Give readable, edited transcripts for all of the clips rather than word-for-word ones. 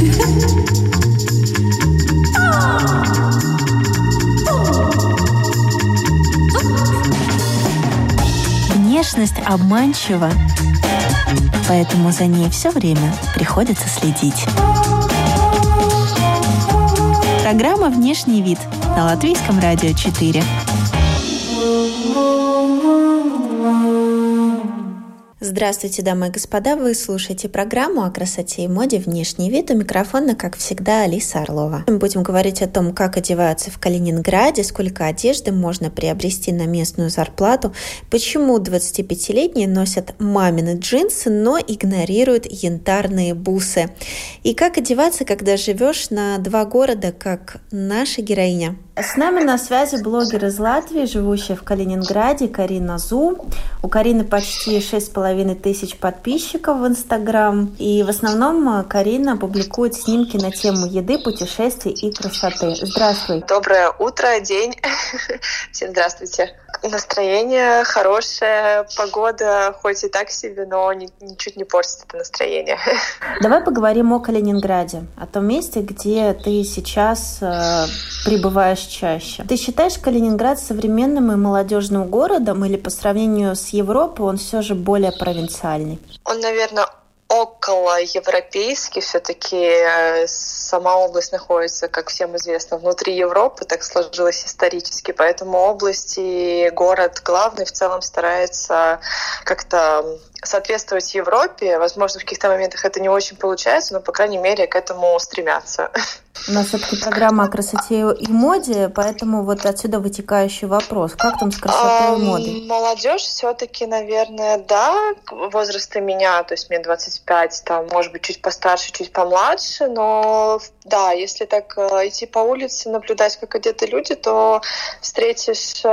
Внешность обманчива, поэтому за ней все время приходится следить. Программа «Внешний вид» на Латвийском радио 4. Здравствуйте, дамы и господа! Вы слушаете программу о красоте и моде «Внешний вид». У микрофона, как всегда, Алиса Орлова. Мы будем говорить о том, как одеваются в Калининграде, сколько одежды можно приобрести на местную зарплату, почему 25-летние носят мамины джинсы, но игнорируют янтарные бусы, и как одеваться, когда живешь на два города, как наша героиня. С нами на связи блогер из Латвии, живущая в Калининграде, Карина Зу. У Карины почти 6500 подписчиков в Инстаграм. И в основном Карина публикует снимки на тему еды, путешествий и красоты. Здравствуй. Доброе утро, день. Всем здравствуйте. Настроение хорошее, погода хоть и так себе, но ничуть не портит это настроение. Давай поговорим о Калининграде, о том месте, где ты сейчас пребываешь чаще. Ты считаешь Калининград современным и молодежным городом, или по сравнению с Европой он все же более провинциальный? Он, наверное, около европейский. Все-таки сама область находится, как всем известно, внутри Европы, так сложилось исторически. Поэтому область и город главный в целом старается как-то соответствовать Европе. Возможно, в каких-то моментах это не очень получается, но, по крайней мере, к этому стремятся. У нас все-таки программа о красоте и моде, поэтому вот отсюда вытекающий вопрос. Как там с красотой и модой? Молодежь все-таки, наверное, да, возраста меня, то есть мне 25, там, может быть, чуть постарше, чуть помладше, но да, если так идти по улице, наблюдать, как одеты люди, то встретишь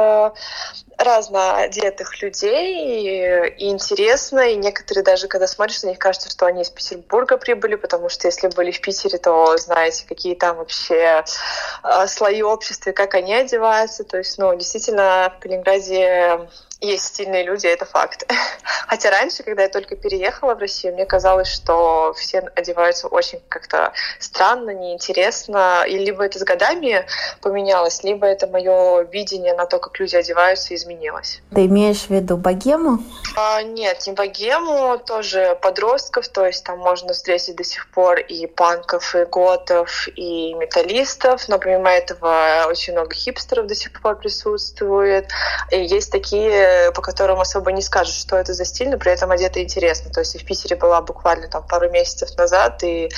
разно одетых людей, и интересно, и некоторые даже, когда смотришь на них, кажется, что они из Петербурга прибыли, потому что если были в Питере, то знаете, какие там вообще слои общества, и как они одеваются. То есть, действительно, в Калининграде есть стильные люди, это факт. Хотя раньше, когда я только переехала в Россию, мне казалось, что все одеваются очень как-то странно, неинтересно. И либо это с годами поменялось, либо это мое видение на то, как люди одеваются, изменилось. Ты имеешь в виду богему? Нет, не богему, тоже подростков. То есть там можно встретить до сих пор и панков, и готов, и металлистов. Но помимо этого очень много хипстеров до сих пор присутствует. И есть такие, по которым особо не скажешь, что это за стиль, но при этом одето интересно. То есть я в Питере была буквально там пару месяцев назад, и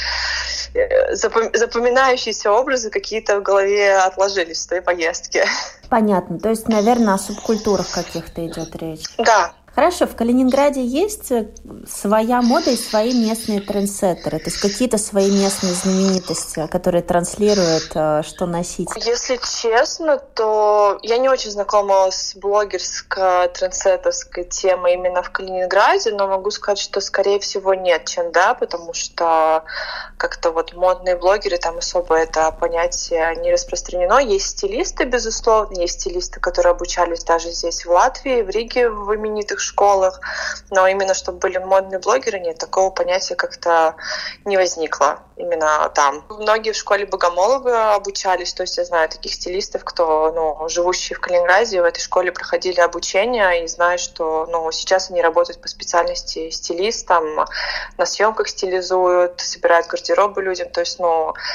запоминающиеся образы какие-то в голове отложились с той поездки. Понятно. То есть, наверное, о субкультурах каких-то идет речь. Да. Хорошо, в Калининграде есть своя мода и свои местные трендсеттеры, то есть какие-то свои местные знаменитости, которые транслируют, что носить? Если честно, то я не очень знакома с блогерской трендсеттерской темой именно в Калининграде, но могу сказать, что скорее всего нет, чем да, потому что как-то вот модные блогеры, там особо это понятие не распространено. Есть стилисты, безусловно, есть стилисты, которые обучались даже здесь в Латвии, в Риге, в именитых школах, но именно чтобы были модные блогеры, нет, такого понятия как-то не возникло именно там. Многие в школе Богомолова обучались, то есть я знаю таких стилистов, кто, живущие в Калининграде, в этой школе проходили обучение и знают, что, сейчас они работают по специальности стилист, там на съемках стилизуют, собирают гардеробы людям, то есть,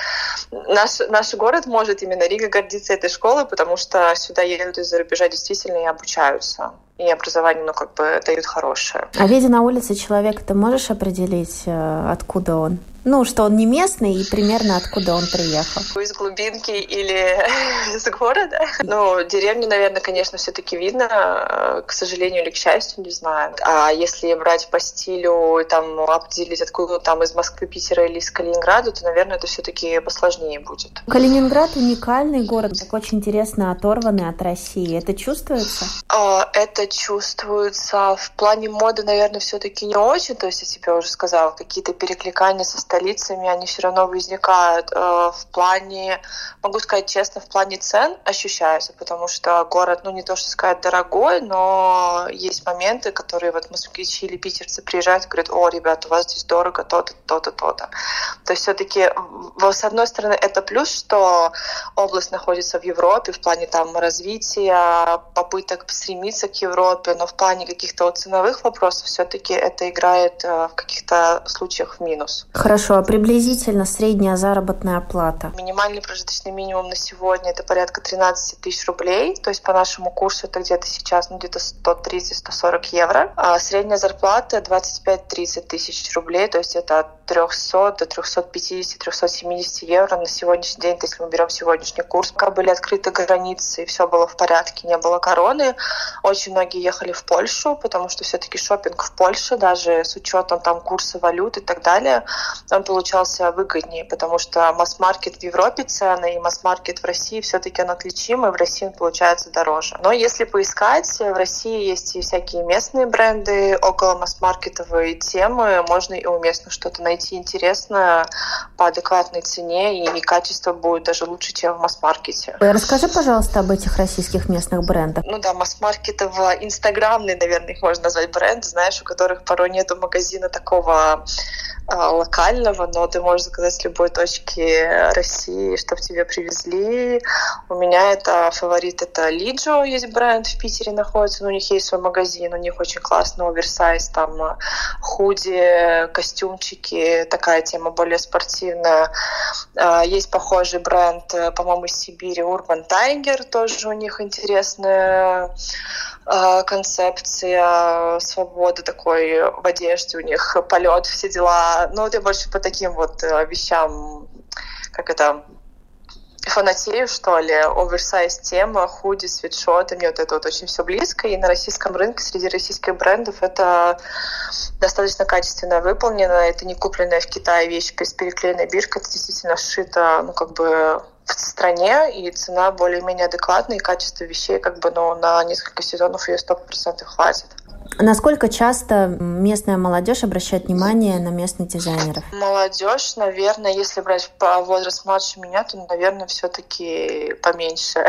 наш город может, именно Рига, гордиться этой школой, потому что сюда едут из-за рубежа действительно и обучаются. И образование, дают хорошее. А видя на улице человека, ты можешь определить, откуда он? Что он не местный и примерно откуда он приехал? Из глубинки или из города? Деревню, наверное, конечно, все-таки видно, к сожалению или к счастью, не знаю. А если брать по стилю, определить, откуда там из Москвы, Питера или из Калининграда, то, наверное, это все-таки посложнее будет. Калининград уникальный город, так очень интересно оторванный от России. Это чувствуется? Это чувствуется. В плане моды, наверное, все-таки не очень. То есть, я тебе уже сказала, какие-то перекликания со столицами, они все равно возникают. В плане, могу сказать честно, в плане цен ощущаются, потому что город, не то что сказать дорогой, но есть моменты, которые москвичи или питерцы приезжают и говорят: о, ребят, у вас здесь дорого то-то, то-то, то-то. То есть все-таки, с одной стороны, это плюс, что область находится в Европе в плане там развития, попыток стремиться к Европе, но в плане каких-то вот ценовых вопросов все-таки это играет в каких-то случаях в минус. Хорошо, а приблизительно средняя заработная плата? Минимальный прожиточный минимум на сегодня это порядка 13 тысяч рублей, то есть по нашему курсу это где-то сейчас где-то 130-140 евро. А средняя зарплата 25-30 тысяч рублей, то есть это от 300 до 350-370 евро на сегодняшний день, если мы берем сегодняшний курс. Пока были открыты границы и все было в порядке, не было короны, очень многие ехали в Польшу, потому что все-таки шопинг в Польше, даже с учетом там курса валют и так далее, он получался выгоднее, потому что масс-маркет в Европе цены и масс-маркет в России все-таки он отличим, и в России он получается дороже. Но если поискать, в России есть и всякие местные бренды, около масс-маркетовые темы, можно и у местных что-то найти интересное по адекватной цене, и качество будет даже лучше, чем в масс-маркете. Расскажи, пожалуйста, об этих российских местных брендах. Ну да, масс-маркетово-инстаграмный, наверное, их можно назвать бренд, знаешь, у которых порой нету магазина такого локального, но ты можешь заказать с любой точки России, чтобы тебе привезли. У меня это фаворит, это Лиджо, есть бренд в Питере находится, но у них есть свой магазин, у них очень классный оверсайз, там худи, костюмчики, такая тема более спортивная. Есть похожий бренд, по-моему, из Сибири, Urban Tiger, тоже у них интересная концепция свободы такой в одежде, у них полет, все дела. Ну, вот я больше по таким вот вещам, фанатею, что ли, оверсайз тема, худи, свитшоты, мне вот это вот очень все близко, и на российском рынке среди российских брендов это достаточно качественно выполнено, это не купленная в Китае вещь с переклеенной биркой, это действительно сшито, в стране, и цена более-менее адекватная, и качество вещей на несколько сезонов ее 100% хватит. Насколько часто местная молодежь обращает внимание на местных дизайнеров? Молодежь, наверное, если брать по возраст младше меня, то, наверное, все-таки поменьше.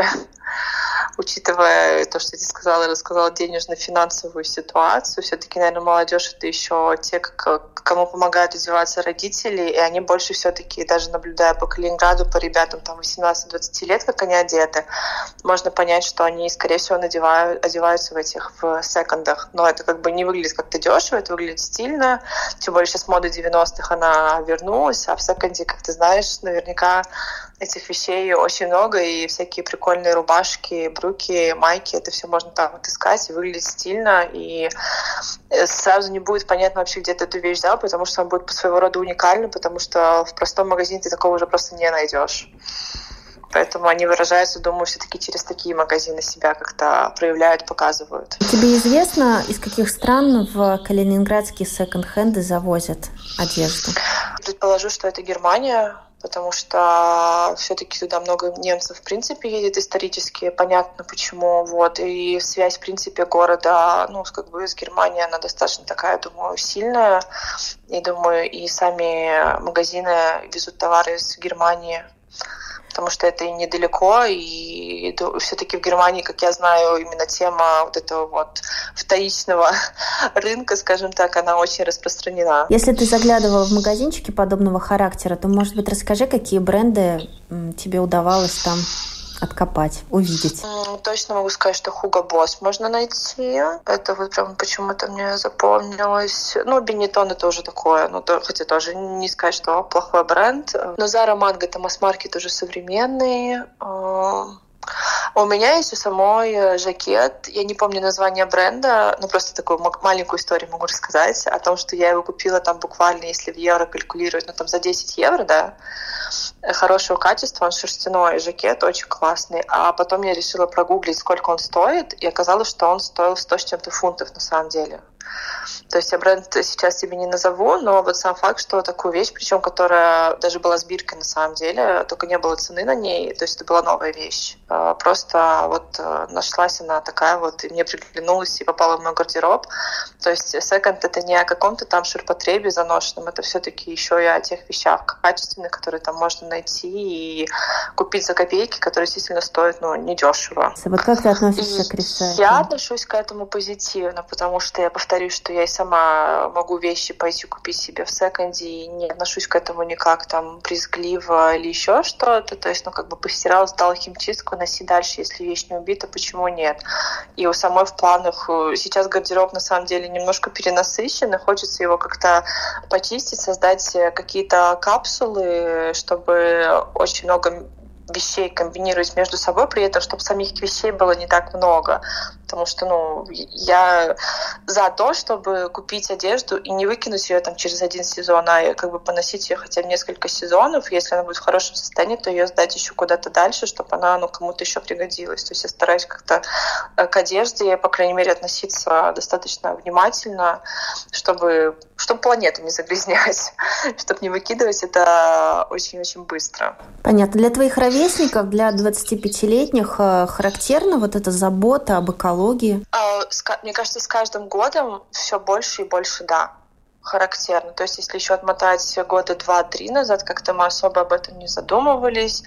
Учитывая то, что ты рассказала денежно-финансовую ситуацию, все-таки, наверное, молодежь — это еще те, кому помогают одеваться родители, и они больше все-таки, даже наблюдая по Калининграду, по ребятам там 18-20 лет, как они одеты, можно понять, что они, скорее всего, одеваются в секондах. Но это не выглядит как-то дешево, это выглядит стильно, тем более сейчас мода 90-х, она вернулась, а в секонде, как ты знаешь, наверняка этих вещей очень много, и всякие прикольные рубашки, брюки, майки, это все можно там отыскать, и выглядит стильно, и сразу не будет понятно вообще, где ты эту вещь взял, потому что она будет своего рода уникальна, потому что в простом магазине ты такого уже просто не найдешь. Поэтому они выражаются, думаю, все-таки через такие магазины себя как-то проявляют, показывают. Тебе известно, из каких стран в калининградские секонд-хенды завозят одежду? Предположу, что это Германия, потому что все-таки туда много немцев в принципе едет исторически, понятно почему, и связь в принципе города, с Германией, она достаточно такая, думаю, сильная, и думаю, и сами магазины везут товары из Германии, потому что это и недалеко, и все-таки в Германии, как я знаю, именно тема этого вторичного рынка, скажем так, она очень распространена. Если ты заглядывала в магазинчики подобного характера, то, может быть, расскажи, какие бренды тебе удавалось там откопать, увидеть? Точно могу сказать, что Hugo Boss можно найти. Это прям почему-то мне запомнилось. Benetton это уже такое, хотя тоже не сказать, что плохой бренд. Но Zara Mango это масс-маркет уже современный. У меня есть у самой жакет, я не помню название бренда, но просто такую маленькую историю могу рассказать о том, что я его купила там буквально, если в евро калькулировать, за 10 евро, да, хорошего качества, он шерстяной жакет, очень классный, а потом я решила прогуглить, сколько он стоит, и оказалось, что он стоил 100 с чем-то фунтов на самом деле. То есть я бренд сейчас тебе не назову, но сам факт, что такую вещь, причем которая даже была с биркой на самом деле, только не было цены на ней, то есть это была новая вещь. Просто нашлась она такая и мне приглянулась и попала в мой гардероб. То есть секонд это не о каком-то там ширпотребе заношенном, это все-таки еще и о тех вещах качественных, которые там можно найти и купить за копейки, которые действительно стоят недешево. Как ты относишься к ресайклингу? Я отношусь к этому позитивно, потому что я повторюсь, что я из сама могу вещи пойти купить себе в секонде и не отношусь к этому никак там брезгливо или еще что-то. То есть, постирала, сдала химчистку, носи дальше, если вещь не убита, почему нет? И у самой в планах сейчас гардероб на самом деле немножко перенасыщен, и хочется его как-то почистить, создать какие-то капсулы, чтобы очень много вещей комбинировать между собой, при этом, чтобы самих вещей было не так много. Потому что, я за то, чтобы купить одежду и не выкинуть ее там через один сезон, а поносить ее хотя бы несколько сезонов. Если она будет в хорошем состоянии, то ее сдать еще куда-то дальше, чтобы она кому-то еще пригодилась. То есть я стараюсь как-то к одежде, по крайней мере, относиться достаточно внимательно, чтобы планету не загрязнять, чтобы не выкидывать это очень-очень быстро. Понятно. Для твоих ровесников, для 25-летних характерна вот эта забота об экологии? Мне кажется, с каждым годом все больше и больше, да, характерно. То есть, если еще отмотать года 2-3 назад, как-то мы особо об этом не задумывались,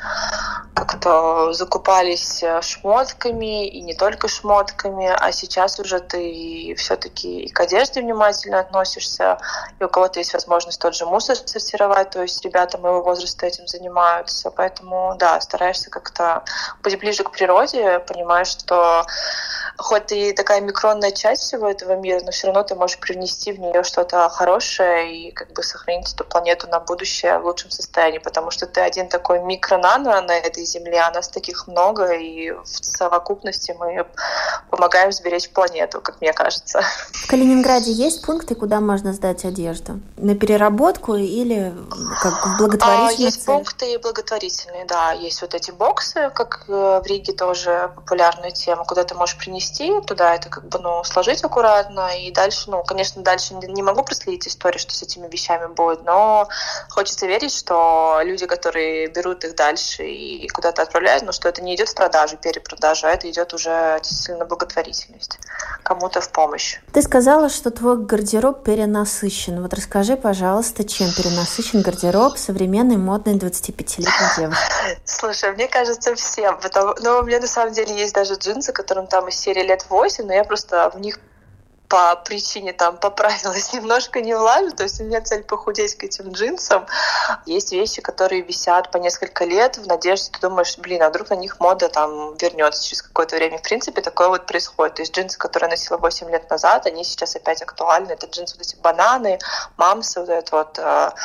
как-то закупались шмотками, и не только шмотками, а сейчас уже ты все-таки и к одежде внимательно относишься, и у кого-то есть возможность тот же мусор сортировать, то есть ребята моего возраста этим занимаются, поэтому, да, стараешься как-то быть ближе к природе, понимаешь, что хоть ты и такая микронная часть всего этого мира, но все равно ты можешь привнести в нее что-то хорошее и сохранить эту планету на будущее в лучшем состоянии, потому что ты один такой микро-нано на этой Земле, а нас таких много, и в совокупности мы помогаем сберечь планету, как мне кажется. В Калининграде есть пункты, куда можно сдать одежду? На переработку или как в благотворительных Есть целях? пункты благотворительные, да. Есть вот эти боксы, как в Риге тоже популярная тема, куда ты можешь принести, туда это сложить аккуратно, и дальше, конечно, дальше не могу проследить историю, что с этими вещами будет, но хочется верить, что люди, которые берут их дальше и куда-то отправляют, что это не идет в продажу, перепродажу, а это идет уже действительно на благотворительность, кому-то в помощь. Ты сказала, что твой гардероб перенасыщен. Вот расскажи, пожалуйста, чем перенасыщен гардероб современной модной 25-летней девушки? Слушай, мне кажется, всем. У меня на самом деле есть даже джинсы, которым там из серии лет 8, но я просто в них по причине поправилась немножко, не влажу, то есть у меня цель похудеть к этим джинсам. Есть вещи, которые висят по несколько лет в надежде, ты думаешь, а вдруг на них мода вернется через какое-то время. В принципе, такое вот происходит. То есть джинсы, которые я носила 8 лет назад, они сейчас опять актуальны. Это джинсы вот эти бананы, мамсы, вот этот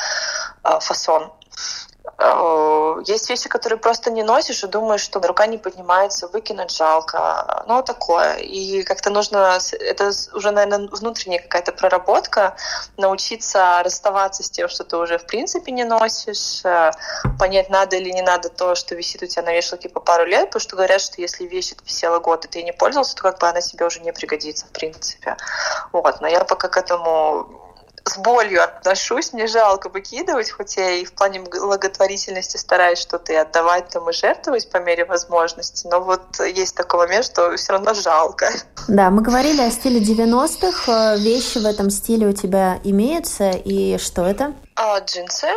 фасон. Есть вещи, которые просто не носишь и думаешь, что рука не поднимается, выкинуть жалко. Такое. И как-то нужно, это уже, наверное, внутренняя какая-то проработка, научиться расставаться с тем, что ты уже в принципе не носишь, понять, надо или не надо то, что висит у тебя на вешалке по пару лет, потому что говорят, что если вещь висела год, и ты не пользовался, то она тебе уже не пригодится, в принципе. Но я пока к этому с болью отношусь, мне жалко выкидывать, хоть я и в плане благотворительности стараюсь что-то и отдавать и жертвовать по мере возможности, но есть такой момент, что все равно жалко. Да, мы говорили о стиле 90-х, вещи в этом стиле у тебя имеются, и что это? Джинсы,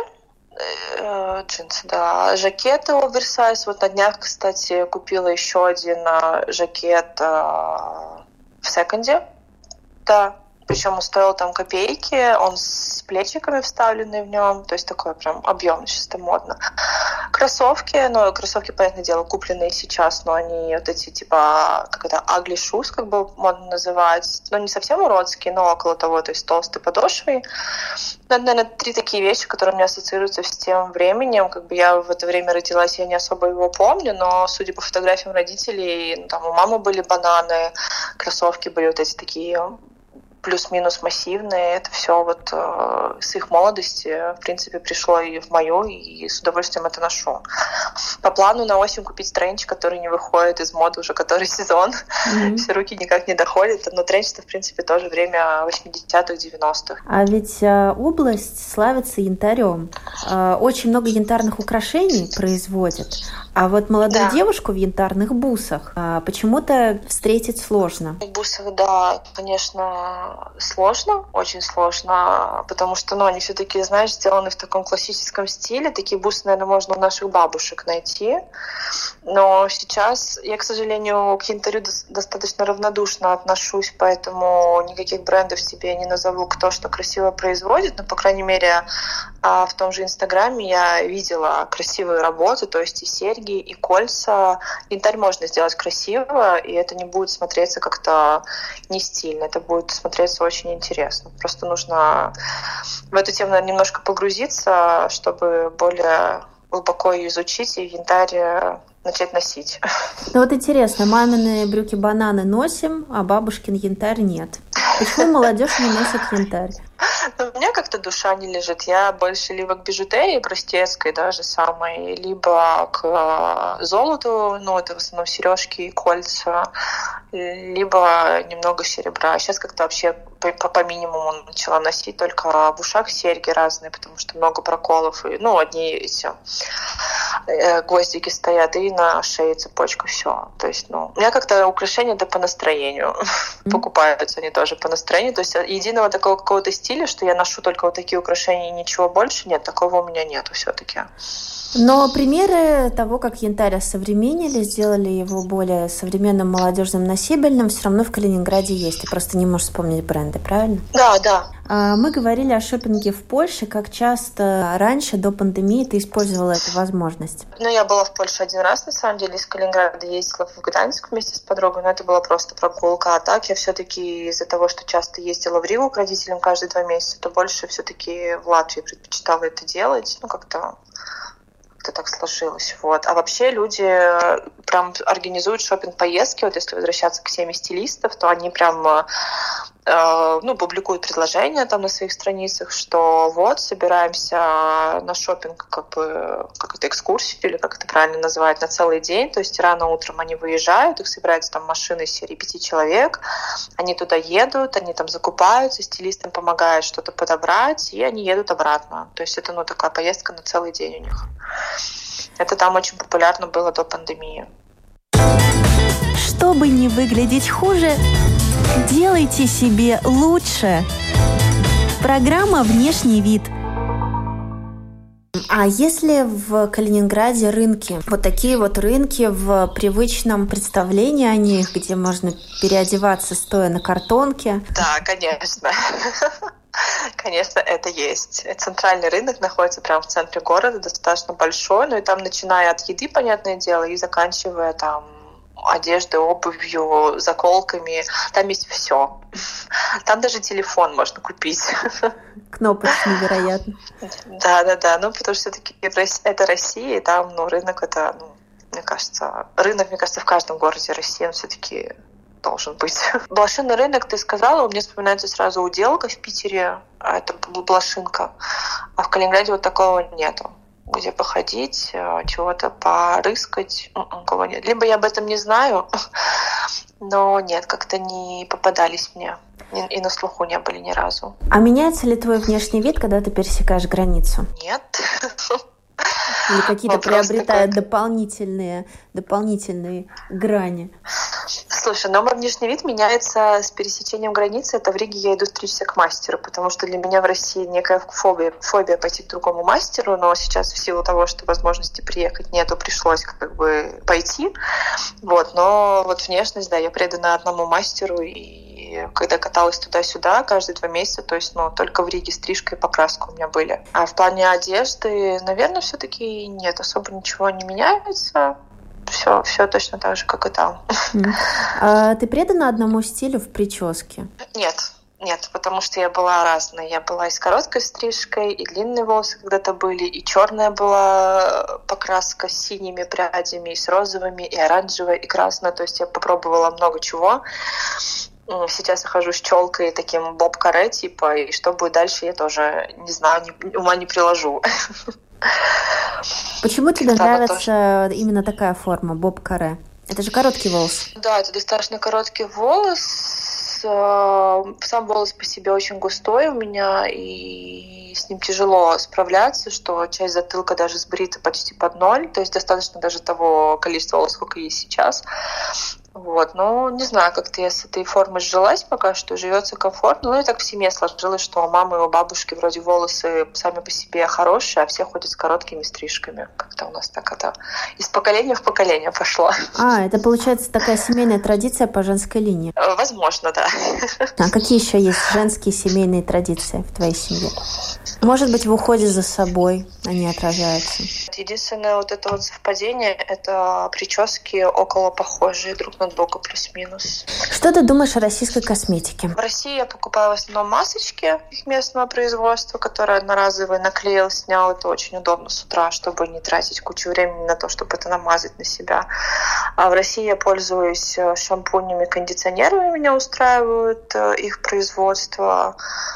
да, жакеты оверсайз, на днях, кстати, купила еще один жакет в секонде, да. Причем он стоил копейки, он с плечиками вставленный в нем, то есть такой прям объемный, сейчас это модно. Кроссовки, кроссовки, понятное дело, купленные сейчас, но они вот эти ugly shoes, модно называть, не совсем уродские, но около того, то есть толстой подошвой. Это, наверное, 3 такие вещи, которые у меня ассоциируются с тем временем, я в это время родилась, я не особо его помню, но, судя по фотографиям родителей, у мамы были бананы, кроссовки были вот эти такие плюс-минус массивные, это все с их молодости, в принципе, пришло и в мою, и с удовольствием это ношу. По плану на осень купить тренч, который не выходит из моды уже который сезон. Все руки никак не доходят, но тренч-то, в принципе, тоже время 80-х, 90-х. А ведь область славится янтарем. Очень много янтарных украшений производят. А молодую девушку в янтарных бусах почему-то встретить сложно. В бусах, да, конечно, сложно, очень сложно, потому что, они все-таки, знаешь, сделаны в таком классическом стиле. Такие бусы, наверное, можно у наших бабушек найти. Но сейчас я, к сожалению, к янтарю достаточно равнодушно отношусь, поэтому никаких брендов себе не назову, кто что красиво производит. Но, по крайней мере, в том же Инстаграме я видела красивые работы, то есть и серьги, и кольца. Янтарь можно сделать красиво, и это не будет смотреться как-то не стильно. Это будет смотреться очень интересно. Просто нужно в эту тему, наверное, немножко погрузиться, чтобы более глубоко ее изучить и янтарь начать носить. Ну вот интересно, мамины брюки-бананы носим, а бабушкин янтарь нет. Почему молодежь не носит янтарь? Но у меня как-то душа не лежит. Я больше либо к бижутерии простецкой даже самой, либо к золоту, ну это в основном сережки и кольца, либо немного серебра. Сейчас как-то вообще по минимуму начала носить, только в ушах серьги разные, потому что много проколов, и, ну, одни эти гвоздики стоят, и на шее цепочка, все. То есть, ну, у меня как-то украшения да по настроению. Покупаются они тоже по настроению. То есть единого такого какого-то стиля, что я ношу только вот такие украшения и ничего больше, нет, такого у меня нету все-таки. Но примеры того, как янтарь осовременили, сделали его более современным, молодежным, носибельным, все равно в Калининграде есть. Ты просто не можешь вспомнить бренды, правильно? Да, да. Мы говорили о шопинге в Польше. Как часто раньше, до пандемии, ты использовала эту возможность? Ну, я была в Польше один раз, на самом деле, из Калининграда ездила в Гданьск вместе с подругой, но это была просто прогулка. А так я все-таки из-за того, что часто ездила в Ригу к родителям каждые 2 месяца, то больше все-таки в Латвии предпочитала это делать. Ну, как-то так сложилось. Вот. А вообще люди прям организуют шопинг-поездки. Вот если возвращаться к теме стилистов, то они прям публикуют предложения там на своих страницах, что вот, собираемся на шопинг, как это экскурсию, или как это правильно называть, на целый день. То есть рано утром они выезжают, их собирается там машина из серии 5 человек, они туда едут, они там закупаются, стилистам помогают что-то подобрать, и они едут обратно. То есть это, такая поездка на целый день у них. Это там очень популярно было до пандемии. Чтобы не выглядеть хуже, делайте себе лучше. Программа «Внешний вид». А если в Калининграде рынки, вот такие вот рынки в привычном представлении о них, где можно переодеваться, стоя на картонке? Да, конечно. Конечно, это есть. Центральный рынок находится прямо в центре города, достаточно большой, но и там, начиная от еды, понятное дело, и заканчивая там одеждой, обувью, заколками. Там есть все. Там даже телефон можно купить. Кнопочный, вероятно. Да. Потому что все-таки это Россия, и там, рынок это, мне кажется, в каждом городе России он все-таки должен быть. Блошиный рынок, ты сказала, у меня вспоминается сразу Уделка в Питере, а это блошинка. А в Калининграде вот такого нету. Где походить, чего-то порыскать, кого нет. Либо я об этом не знаю, но нет, как-то не попадались мне. И на слуху не были ни разу. А меняется ли твой внешний вид, когда ты пересекаешь границу? Нет. Или какие-то приобретают дополнительные грани? Слушай, мой внешний вид меняется с пересечением границы. Это в Риге я иду стричься к мастеру, потому что для меня в России некая фобия пойти к другому мастеру, но сейчас в силу того, что возможности приехать нету, пришлось пойти. Вот, но вот внешность, да, я предана одному мастеру, и когда каталась туда-сюда каждые 2 месяца, то есть, только в Риге стрижка и покраска у меня были. А в плане одежды, наверное, все-таки нет, особо ничего не меняется. Все точно так же, как и там. А ты предана одному стилю в прическе? Нет, потому что я была разной. Я была и с короткой стрижкой, и длинные волосы когда-то были, и черная была покраска с синими прядями, и с розовыми, и оранжевая, и красная. То есть я попробовала много чего. Сейчас я хожу с челкой таким боб-каре типа, и что будет дальше, я тоже не знаю, ума не приложу. Почему тебе нравится именно такая форма, боб-каре? Это же короткий волос. Да, это достаточно короткий волос. Сам волос по себе очень густой у меня, и с ним тяжело справляться, что часть затылка даже сбрита почти под 0, то есть достаточно даже того количества волос, сколько есть сейчас. Вот, но не знаю, как-то я с этой формой сжилась пока что, живется комфортно. Ну и так в семье сложилось, что у мамы и у бабушки вроде волосы сами по себе хорошие, а все ходят с короткими стрижками. Как-то у нас так это из поколения в поколение пошло. Это получается такая семейная традиция по женской линии? Возможно, да. А какие еще есть женские семейные традиции в твоей семье? Может быть, в уходе за собой они отражаются? Единственное вот это вот совпадение — это прически около похожие друг на друга, плюс-минус. Что ты думаешь о российской косметике? В России я покупаю в основном масочки их местного производства, которые одноразовые, наклеил, снял. Это очень удобно с утра, чтобы не тратить кучу времени на то, чтобы это намазать на себя. А в России я пользуюсь шампунями, кондиционерами, меня устраивают их производство.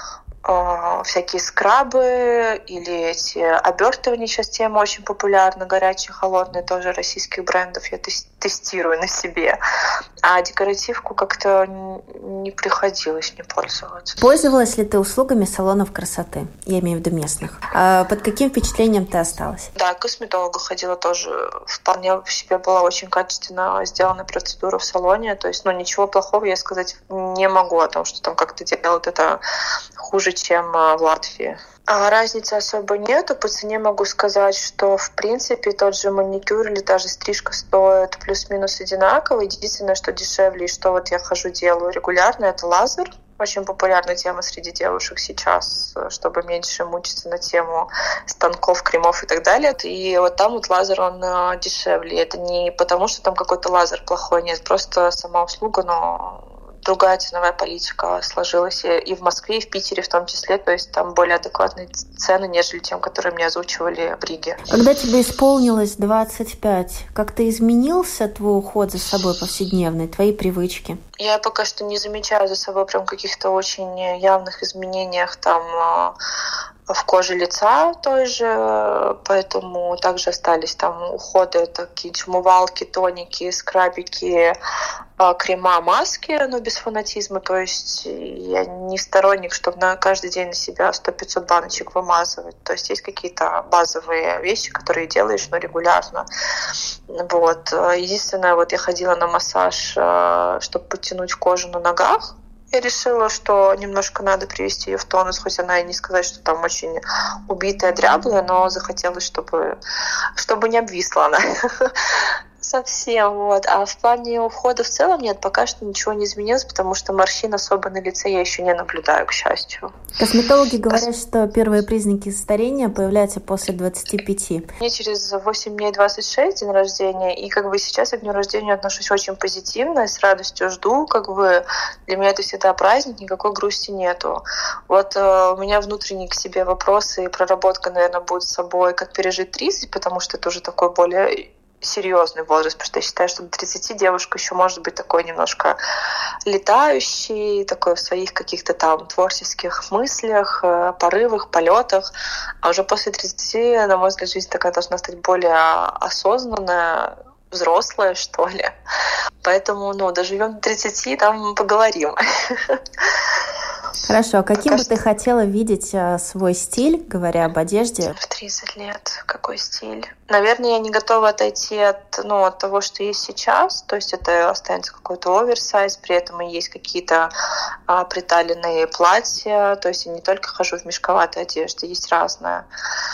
Всякие скрабы или эти обертывания. Сейчас тема очень популярна, горячие, холодные, тоже российских брендов. Я тестирую на себе. А декоративку как-то не приходилось мне пользоваться. Пользовалась ли ты услугами салонов красоты? Я имею в виду местных. Под каким впечатлением ты осталась? Да, к косметологу ходила тоже. Вполне в себе была очень качественно сделана процедура в салоне. То есть, ничего плохого я сказать не могу о том, что там как-то делают это хуже, чем в Латвии. Разницы особо нету. По цене могу сказать, что в принципе тот же маникюр или даже стрижка стоит плюс-минус одинаково. Единственное, что дешевле и что вот я хожу делаю регулярно, это лазер. Очень популярная тема среди девушек сейчас, чтобы меньше мучиться на тему станков, кремов и так далее. И вот там вот лазер, он дешевле. Это не потому, что там какой-то лазер плохой, нет, просто сама услуга, но другая ценовая политика сложилась и в Москве, и в Питере в том числе. То есть там более адекватные цены, нежели тем, которые мне озвучивали в Риге. Когда тебе исполнилось 25, как-то изменился твой уход за собой повседневный, твои привычки? Я пока что не замечаю за собой прям каких-то очень явных изменениях там в коже лица той же, поэтому также остались там уходы, такие умывалки, тоники, скрабики, крема, маски, но без фанатизма. То есть я не сторонник, чтобы на каждый день на себя 100-500 баночек вымазывать. То есть есть какие-то базовые вещи, которые делаешь, но регулярно. Вот. Единственное, вот я ходила на массаж, чтобы подтянуть кожу на ногах. Я решила, что немножко надо привести ее в тонус, хоть она и не сказать, что там очень убитая, дряблая, но захотелось, чтобы не обвисла она совсем. Вот. А в плане ухода в целом нет, пока что ничего не изменилось, потому что морщин особо на лице я еще не наблюдаю, к счастью. Косметологи говорят, что первые признаки старения появляются после 25. Мне через 8 дней 26 день рождения, и сейчас я к дню рождения отношусь очень позитивно, и с радостью жду, для меня это всегда праздник, никакой грусти нету. Вот у меня внутренние к себе вопросы и проработка, наверное, будет с собой, как пережить 30, потому что это уже такой более серьезный возраст, потому что я считаю, что до 30 девушка еще может быть такой немножко летающий, такой в своих каких-то там творческих мыслях, порывах, полетах. А уже после 30, на мой взгляд, жизнь такая должна стать более осознанная, взрослая, что ли. Поэтому, доживем до 30, там поговорим. Хорошо, а каким бы ты хотела видеть свой стиль, говоря об одежде? В 30 лет какой стиль? Наверное, я не готова отойти от того, что есть сейчас. То есть это останется какой-то оверсайз, при этом и есть какие-то приталенные платья. То есть я не только хожу в мешковатой одежде, есть разное.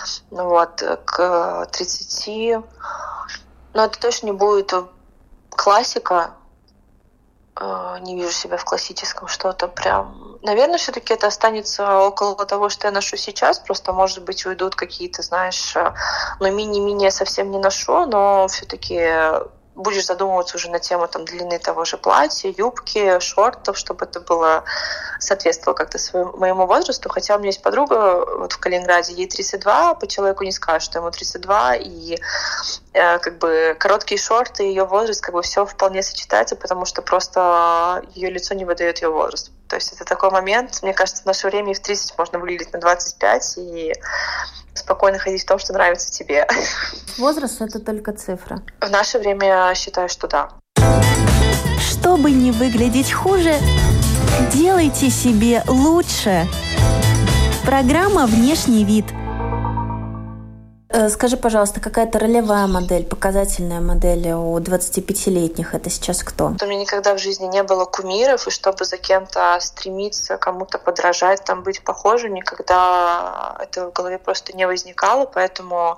К 30... Но это точно не будет классика. Не вижу себя в классическом что-то прям. Наверное, все-таки это останется около того, что я ношу сейчас. Просто, может быть, уйдут какие-то, мини-мини я совсем не ношу, но все-таки будешь задумываться уже на тему длины того же платья, юбки, шортов, чтобы это было соответствовало как-то моему возрасту. Хотя у меня есть подруга в Калининграде, ей 32, по человеку не скажешь, что ему 32, и короткие шорты, ее возраст, все вполне сочетается, потому что просто ее лицо не выдает ее возраст. То есть это такой момент, мне кажется, в наше время и в 30 можно выглядеть на 25 и спокойно ходить в том, что нравится тебе. Возраст — это только цифра. В наше время я считаю, что да. Чтобы не выглядеть хуже, делайте себе лучше. Программа «Внешний вид». Скажи, пожалуйста, какая-то ролевая модель, показательная модель у 25-летних, это сейчас кто? У меня никогда в жизни не было кумиров, и чтобы за кем-то стремиться, кому-то подражать, там быть похожим, никогда это в голове просто не возникало, поэтому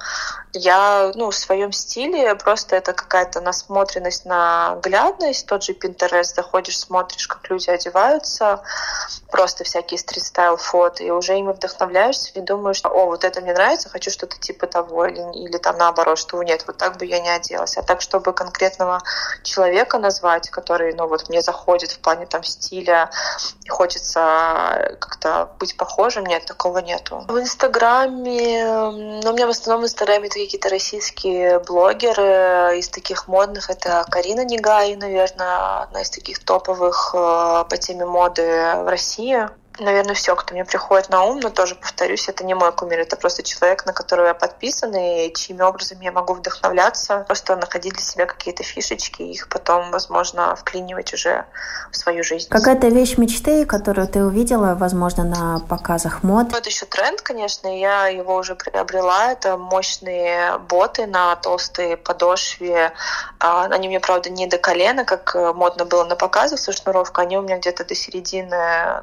я, в своем стиле, просто это какая-то насмотренность, наглядность, тот же Pinterest, заходишь, смотришь, как люди одеваются, просто всякие стрит-стайл фото, и уже ими вдохновляешься и думаешь, вот это мне нравится, хочу что-то типа того, или там наоборот, что нет, вот так бы я не оделась. А так, чтобы конкретного человека назвать, который, мне заходит в плане там стиля, и хочется как-то быть похожим, нет, такого нету. В Инстаграме, у меня в основном в Инстаграме это какие-то российские блогеры, из таких модных, это Карина Нигай, наверное, одна из таких топовых по теме моды в России. Наверное, все, кто мне приходит на ум, но тоже повторюсь, это не мой кумир, это просто человек, на которого я подписана, и чьими образами я могу вдохновляться, просто находить для себя какие-то фишечки, и их потом, возможно, вклинивать уже в свою жизнь. Какая-то вещь мечты, которую ты увидела, возможно, на показах мод? Это еще тренд, конечно, я его уже приобрела, это мощные боты на толстой подошве, они мне, правда, не до колена, как модно было на показах со шнуровкой, они у меня где-то до середины,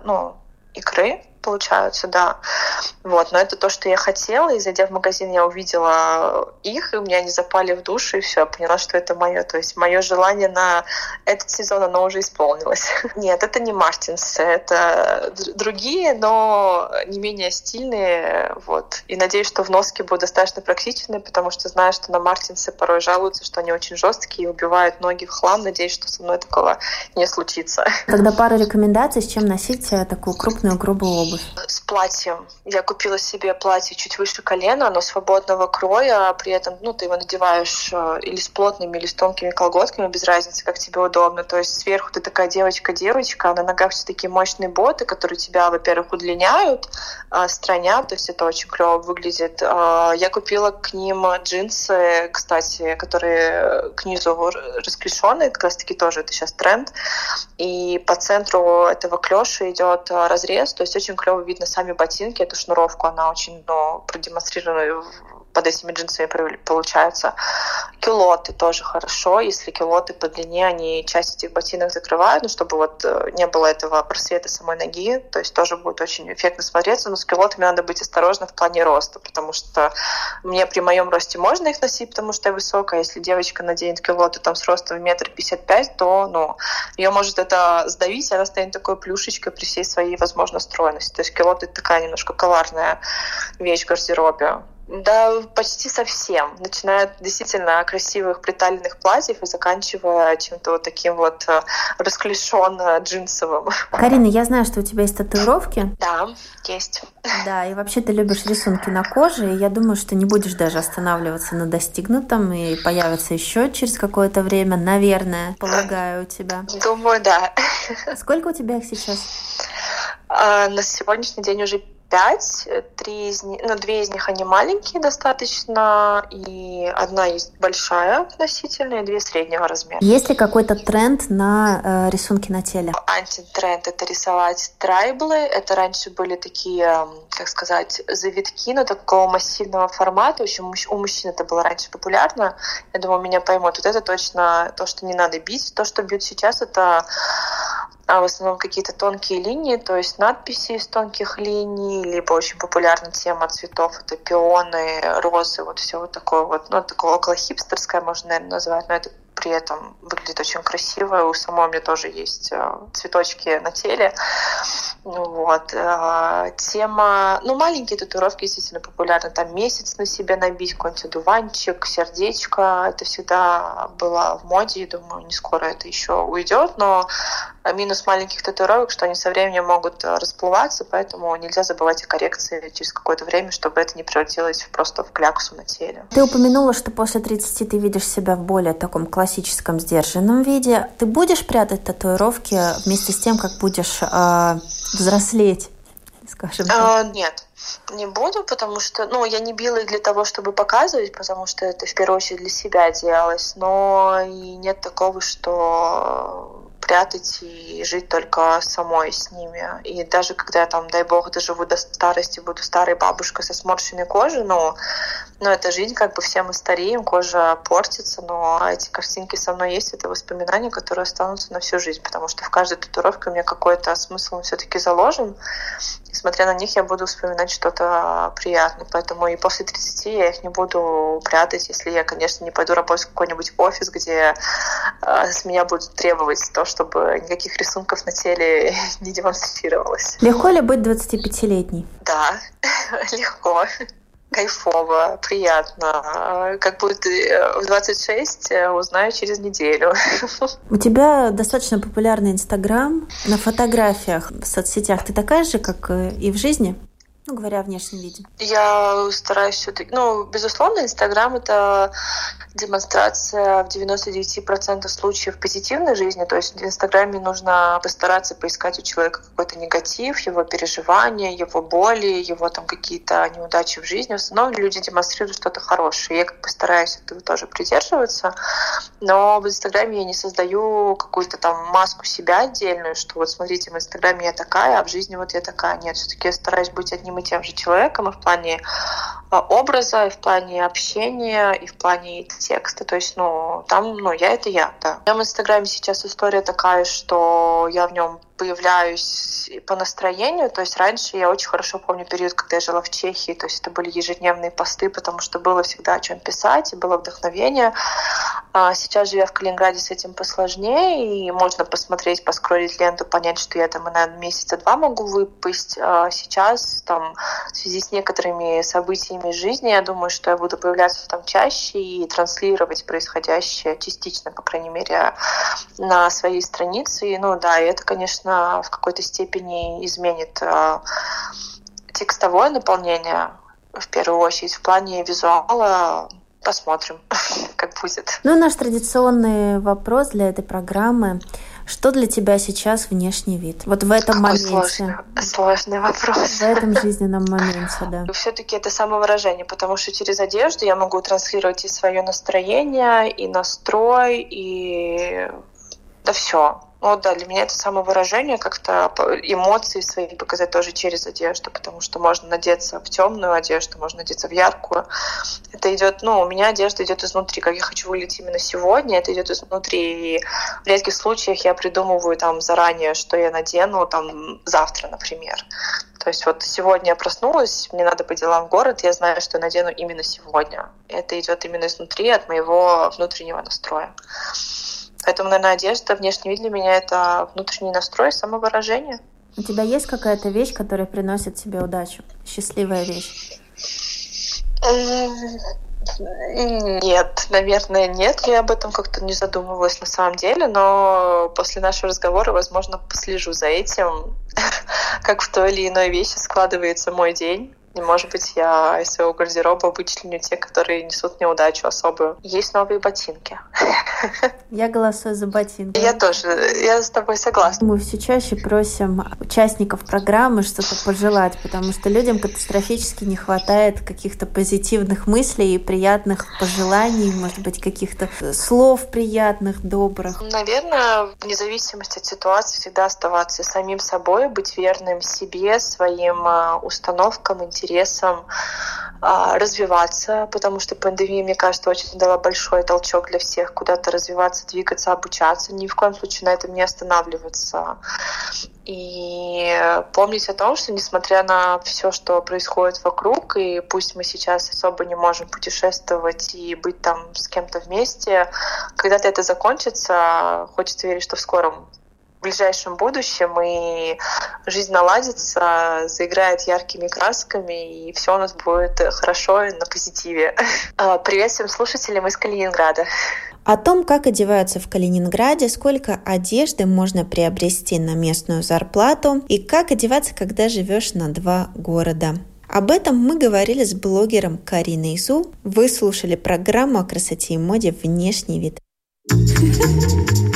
икры, получаются, да. Но это то, что я хотела, и зайдя в магазин, я увидела их, и у меня они запали в душу, и все, я поняла, что это мое. То есть мое желание на этот сезон, оно уже исполнилось. Нет, это не Мартинс, это другие, но не менее стильные, И надеюсь, что в носке будут достаточно практичные, потому что знаю, что на Мартинсы порой жалуются, что они очень жесткие и убивают ноги в хлам. Надеюсь, что со мной такого не случится. Тогда пара рекомендаций, с чем носить такую крупную, грубую обувь. С платьем. Я купила себе платье чуть выше колена, оно свободного кроя, при этом, ты его надеваешь или с плотными, или с тонкими колготками, без разницы, как тебе удобно. То есть сверху ты такая девочка-девочка, а на ногах все такие мощные боты, которые тебя, во-первых, удлиняют, странят, то есть это очень клево выглядит. Я купила к ним джинсы, кстати, которые к низу расклешенные, как раз-таки тоже это сейчас тренд, и по центру этого клёша идет разрез, то есть очень клево видно сами ботинки, эту шнуровку, она очень продемонстрирована под этими джинсами получается. Кюлоты тоже хорошо, если кюлоты по длине, они часть этих ботинок закрывают, чтобы не было этого просвета самой ноги, то есть тоже будет очень эффектно смотреться, но с кюлотами надо быть осторожно в плане роста, потому что мне при моем росте можно их носить, потому что я высокая, если девочка наденет кюлоты там с ростом 1,55 м, то ее может это сдавить, и она станет такой плюшечкой при всей своей, возможно, стройности. То есть кюлоты такая немножко коварная вещь в гардеробе. Да, почти совсем. Начиная от действительно красивых приталенных платьев и заканчивая чем-то таким расклешенно-джинсовым. Карина, я знаю, что у тебя есть татуировки. Да, есть. Да, и вообще ты любишь рисунки на коже, и я думаю, что не будешь даже останавливаться на достигнутом, и появится еще через какое-то время, наверное, полагаю, у тебя. Думаю, да. Сколько у тебя их сейчас? На сегодняшний день уже 5, 2 из них они маленькие достаточно, и одна есть большая относительно, и 2 среднего размера. Есть ли какой-то тренд на рисунки на теле? Антитренд — это рисовать трайблы. Это раньше были такие, завитки, но такого массивного формата. В общем, у мужчин это было раньше популярно. Я думаю, меня поймут. Это точно то, что не надо бить. То, что бьют сейчас, это в основном какие-то тонкие линии, то есть надписи из тонких линий, либо очень популярная тема цветов, это пионы, розы, все такое такое около хипстерское можно, наверное, назвать, но это при этом выглядит очень красиво. У самой у меня тоже есть цветочки на теле. Тема... маленькие татуировки действительно популярны. Там месяц на себе набить, какой-нибудь одуванчик, сердечко. Это всегда было в моде. И думаю, не скоро это еще уйдет. Но минус маленьких татуировок, что они со временем могут расплываться, поэтому нельзя забывать о коррекции через какое-то время, чтобы это не превратилось просто в кляксу на теле. Ты упомянула, что после 30 ты видишь себя в более таком классическом, сдержанном виде. Ты будешь прятать татуировки вместе с тем, как будешь взрослеть, скажем так? Нет, не буду, потому что, я не била их для того, чтобы показывать, потому что это в первую очередь для себя делалось, но и нет такого, что прятать и жить только самой с ними. И даже когда я там, дай бог, доживу до старости, буду старой бабушкой со сморщенной кожей, но это жизнь, как бы все мы стареем, кожа портится, но эти картинки со мной есть, это воспоминания, которые останутся на всю жизнь, потому что в каждой татуировке у меня какой-то смысл все-таки заложен. И смотря на них, я буду вспоминать что-то приятное. Поэтому и после 30 я их не буду прятать, если я, конечно, не пойду работать в какой-нибудь офис, где с меня будут требовать то, чтобы никаких рисунков на теле не демонстрировалось. Легко ли быть 25-летней? Да, легко. Кайфово, приятно. Как будет в 26, узнаю через неделю. У тебя достаточно популярный Инстаграм. На фотографиях в соцсетях ты такая же, как и в жизни? Говоря о внешнем виде. Я стараюсь все-таки... безусловно, Инстаграм — это демонстрация в 99% случаев позитивной жизни. То есть в Инстаграме нужно постараться поискать у человека какой-то негатив, его переживания, его боли, его там какие-то неудачи в жизни. В основном люди демонстрируют что-то хорошее. Я стараюсь этого тоже придерживаться. Но в Инстаграме я не создаю какую-то там маску себя отдельную, что вот смотрите, в Инстаграме я такая, а в жизни вот я такая. Нет, все-таки я стараюсь быть одним и тем же человеком и в плане образа, и в плане общения, и в плане текста. То есть, я — это я, да. У меня в Инстаграме сейчас история такая, что я в нем появляюсь по настроению. То есть раньше я очень хорошо помню период, когда я жила в Чехии. То есть это были ежедневные посты, потому что было всегда о чем писать, и было вдохновение. А сейчас, живя в Калининграде, с этим посложнее, и можно посмотреть, поскролить ленту, понять, что я там, наверное, месяца 2 могу выпасть. А сейчас, там, в связи с некоторыми событиями жизни, я думаю, что я буду появляться там чаще и транслировать происходящее частично, по крайней мере, на своей странице. И, и это, конечно, в какой-то степени изменит текстовое наполнение, в первую очередь, в плане визуала. Посмотрим, как будет. Наш традиционный вопрос для этой программы. Что для тебя сейчас внешний вид? Вот в этом моменте. Сложный вопрос. В этом жизненном моменте, да. Все-таки это самовыражение, потому что через одежду я могу транслировать и свое настроение, и настрой, и все. Для меня это самовыражение, как-то эмоции свои показать тоже через одежду, потому что можно надеться в темную одежду, можно надеться в яркую. Это идет, у меня одежда идет изнутри, как я хочу выглядеть именно сегодня, это идет изнутри. И в редких случаях я придумываю там заранее, что я надену там завтра, например. То есть вот сегодня я проснулась, мне надо по делам в город, я знаю, что я надену именно сегодня. Это идет именно изнутри, от моего внутреннего настроя. Поэтому, наверное, одежда, внешний вид для меня — это внутренний настрой, самовыражение. У тебя есть какая-то вещь, которая приносит тебе удачу? Счастливая вещь? Нет, наверное, нет. Я об этом как-то не задумывалась на самом деле, но после нашего разговора, возможно, послежу за этим, как в той или иной вещи складывается мой день. И, может быть, я из своего гардероба вычленю те, которые несут мне удачу особую. Есть новые ботинки. Я голосую за ботинки. Я тоже. Я с тобой согласна. Мы все чаще просим участников программы что-то пожелать, потому что людям катастрофически не хватает каких-то позитивных мыслей и приятных пожеланий, может быть, каких-то слов приятных, добрых. Наверное, вне зависимости от ситуации всегда оставаться самим собой, быть верным себе, своим установкам, интересам, развиваться, потому что пандемия, мне кажется, очень дала большой толчок для всех куда-то развиваться, двигаться, обучаться, ни в коем случае на этом не останавливаться. И помнить о том, что несмотря на все, что происходит вокруг, и пусть мы сейчас особо не можем путешествовать и быть там с кем-то вместе, когда-то это закончится, хочется верить, что в скором в ближайшем будущем, и жизнь наладится, заиграет яркими красками, и все у нас будет хорошо и на позитиве. Привет всем слушателям из Калининграда. О том, как одеваются в Калининграде, сколько одежды можно приобрести на местную зарплату и как одеваться, когда живешь на 2 города. Об этом мы говорили с блогером Кариной Зу. Вы слушали программу о красоте и моде «Внешний вид».